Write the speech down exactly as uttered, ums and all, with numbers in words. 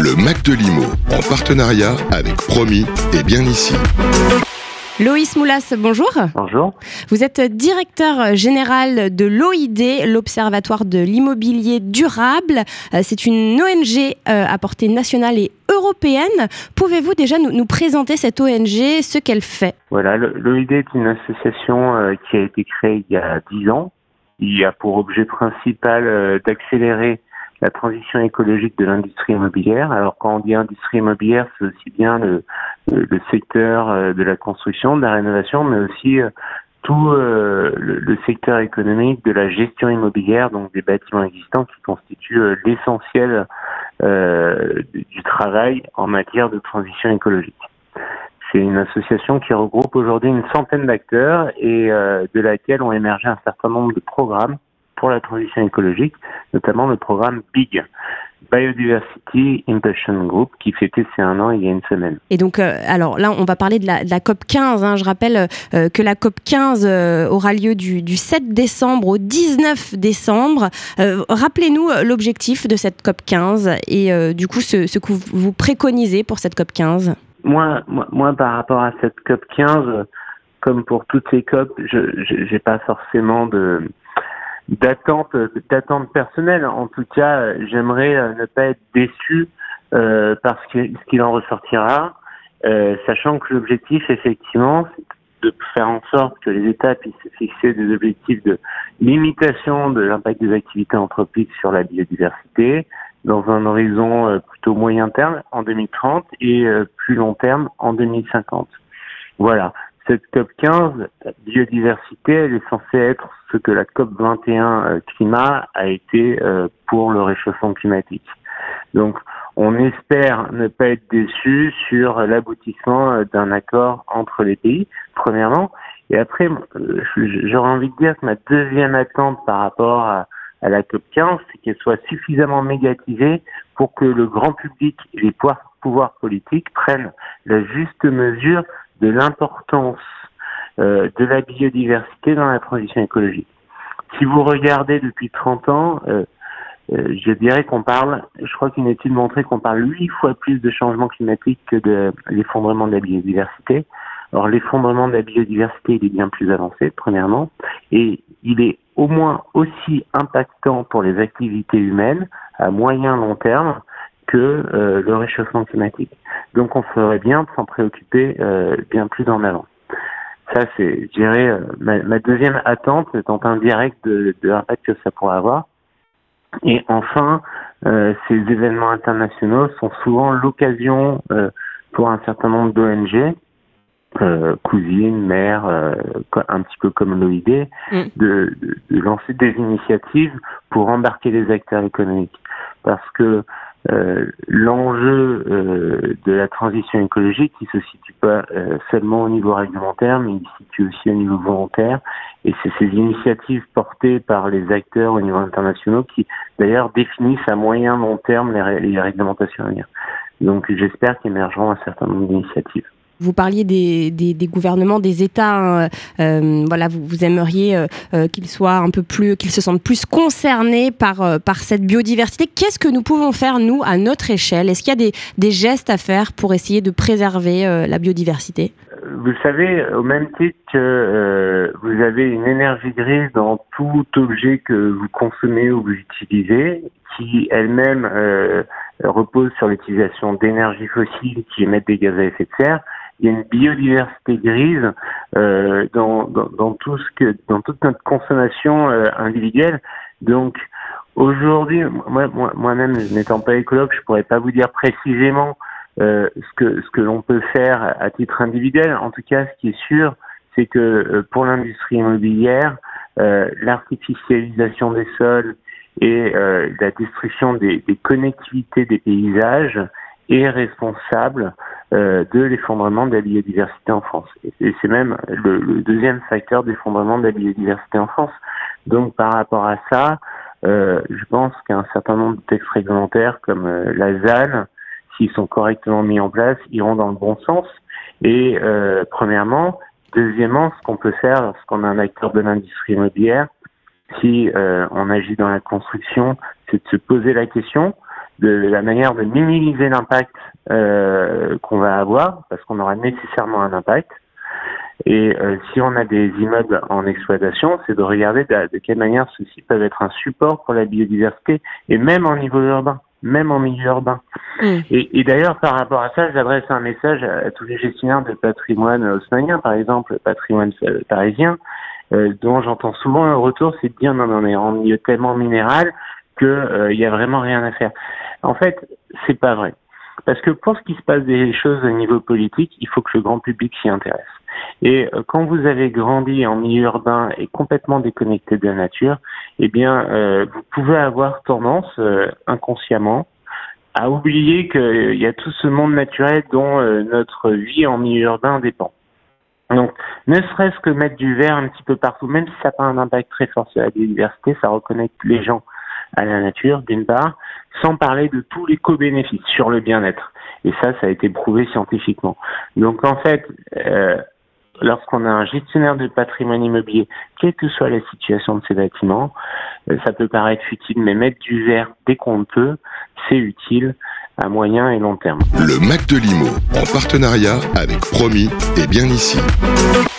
Le Mac de Limo, en partenariat avec Promis et Bien Ici. Loïs Moulas, bonjour. Bonjour. Vous êtes directeur général de l'O I D, l'Observatoire de l'immobilier durable. C'est une O N G à portée nationale et européenne. Pouvez-vous déjà nous, nous présenter cette O N G, ce qu'elle fait ? Voilà, l'O I D est une association qui a été créée il y a dix ans. Il a pour objet principal d'accélérer la transition écologique de l'industrie immobilière. Alors quand on dit industrie immobilière, c'est aussi bien le, le, le secteur de la construction, de la rénovation, mais aussi tout euh, le, le secteur économique de la gestion immobilière, donc des bâtiments existants qui constituent euh, l'essentiel euh, du travail en matière de transition écologique. C'est une association qui regroupe aujourd'hui une centaine d'acteurs et euh, de laquelle ont émergé un certain nombre de programmes pour la transition écologique, notamment le programme BIG, Biodiversity Impulsion Group, qui fêtait ses un an il y a une semaine. Et donc, euh, alors là, on va parler de la, de la COP quinze. Hein. Je rappelle euh, que la COP quinze euh, aura lieu du, du sept décembre au dix-neuf décembre. Euh, rappelez-nous l'objectif de cette COP quinze et euh, du coup, ce, ce que vous préconisez pour cette COP quinze. Moi, moi, moi, par rapport à cette COP quinze, comme pour toutes ces COP, je n'ai pas forcément de... d'attente d'attente personnelle. En tout cas, j'aimerais ne pas être déçu euh, par ce qu'il en ressortira, euh, sachant que l'objectif, effectivement, c'est de faire en sorte que les États puissent fixer des objectifs de limitation de l'impact des activités anthropiques sur la biodiversité dans un horizon euh, plutôt moyen terme en deux mille trente et euh, plus long terme en deux mille cinquante. Voilà. Cette COP quinze, biodiversité, elle est censée être ce que la COP vingt et un euh, climat a été euh, pour le réchauffement climatique. Donc, on espère ne pas être déçu sur l'aboutissement euh, d'un accord entre les pays, premièrement. Et après, euh, j'aurais envie de dire que ma deuxième attente par rapport à, à la COP quinze, c'est qu'elle soit suffisamment médiatisée pour que le grand public et les pouvoirs, pouvoirs politiques prennent la juste mesure de l'importance euh, de la biodiversité dans la transition écologique. Si vous regardez depuis trente ans, euh, euh, je dirais qu'on parle, je crois qu'une étude montrait qu'on parle huit fois plus de changement climatique que de l'effondrement de la biodiversité. Alors l'effondrement de la biodiversité, il est bien plus avancé, premièrement, et il est au moins aussi impactant pour les activités humaines à moyen long terme que euh, le réchauffement climatique. Donc on ferait bien de s'en préoccuper euh, bien plus en avant. Ça, c'est, je dirais, euh, ma, ma deuxième attente étant indirect de, de l'impact que ça pourrait avoir. Et enfin, euh, ces événements internationaux sont souvent l'occasion euh, pour un certain nombre d'O N G, euh, cousines, mères, euh, un petit peu comme l'O I D, mm. de, de, de lancer des initiatives pour embarquer les acteurs économiques. Parce que Euh, l'enjeu euh, de la transition écologique, il se situe pas euh, seulement au niveau réglementaire, mais il se situe aussi au niveau volontaire. Et c'est ces initiatives portées par les acteurs au niveau international qui, d'ailleurs, définissent à moyen long terme les, ré- les réglementations à venir. Donc, j'espère qu'émergeront un certain nombre d'initiatives. Vous parliez des, des, des gouvernements, des États. Hein, euh, voilà, vous, vous aimeriez euh, qu'ils soient un peu plus, qu'ils se sentent plus concernés par euh, par cette biodiversité. Qu'est-ce que nous pouvons faire nous à notre échelle ? Est-ce qu'il y a des des gestes à faire pour essayer de préserver euh, la biodiversité ? Vous savez, au même titre que euh, vous avez une énergie grise dans tout objet que vous consommez ou vous utilisez, qui elle-même euh, repose sur l'utilisation d'énergies fossiles qui émettent des gaz à effet de serre. Il y a une biodiversité grise euh, dans, dans, dans tout ce que, dans toute notre consommation euh, individuelle. Donc aujourd'hui, moi, moi, moi-même, n'étant pas écologue, je pourrais pas vous dire précisément euh, ce que ce que l'on peut faire à titre individuel. En tout cas, ce qui est sûr, c'est que euh, pour l'industrie immobilière, euh, l'artificialisation des sols et euh, la destruction des, des connectivités des paysages est responsable euh, de l'effondrement de la biodiversité en France. Et, et c'est même le, le deuxième facteur d'effondrement de la biodiversité en France. Donc par rapport à ça, euh, je pense qu'un certain nombre de textes réglementaires comme euh, la Z A N, s'ils sont correctement mis en place, iront dans le bon sens. Et euh, premièrement, deuxièmement, ce qu'on peut faire lorsqu'on est un acteur de l'industrie immobilière, si euh, on agit dans la construction, c'est de se poser la question de la manière de minimiser l'impact euh, qu'on va avoir, parce qu'on aura nécessairement un impact. Et euh, si on a des immeubles en exploitation, c'est de regarder de, de quelle manière ceux-ci peuvent être un support pour la biodiversité, et même en niveau urbain, même en milieu urbain. Mmh. Et, et d'ailleurs, par rapport à ça, j'adresse un message à, à tous les gestionnaires de patrimoine haussmannien, par exemple, patrimoine parisien, euh, dont j'entends souvent un retour, c'est de dire non, non, on est en milieu tellement minéral que euh, y a vraiment rien à faire. En fait, c'est pas vrai. Parce que pour ce qui se passe des choses au niveau politique, il faut que le grand public s'y intéresse. Et euh, quand vous avez grandi en milieu urbain et complètement déconnecté de la nature, eh bien, euh, vous pouvez avoir tendance, euh, inconsciemment, à oublier qu'il euh, y a tout ce monde naturel dont euh, notre vie en milieu urbain dépend. Donc, ne serait-ce que mettre du vert un petit peu partout, même si ça n'a pas un impact très fort sur la biodiversité, ça reconnecte les gens à la nature, d'une part, sans parler de tous les co-bénéfices sur le bien-être. Et ça, ça a été prouvé scientifiquement. Donc, en fait, euh, lorsqu'on a un gestionnaire de patrimoine immobilier, quelle que soit la situation de ces bâtiments, euh, ça peut paraître futile, mais mettre du vert dès qu'on le peut, c'est utile à moyen et long terme. Le Mac de Limo, en partenariat avec Promis et Bien Ici.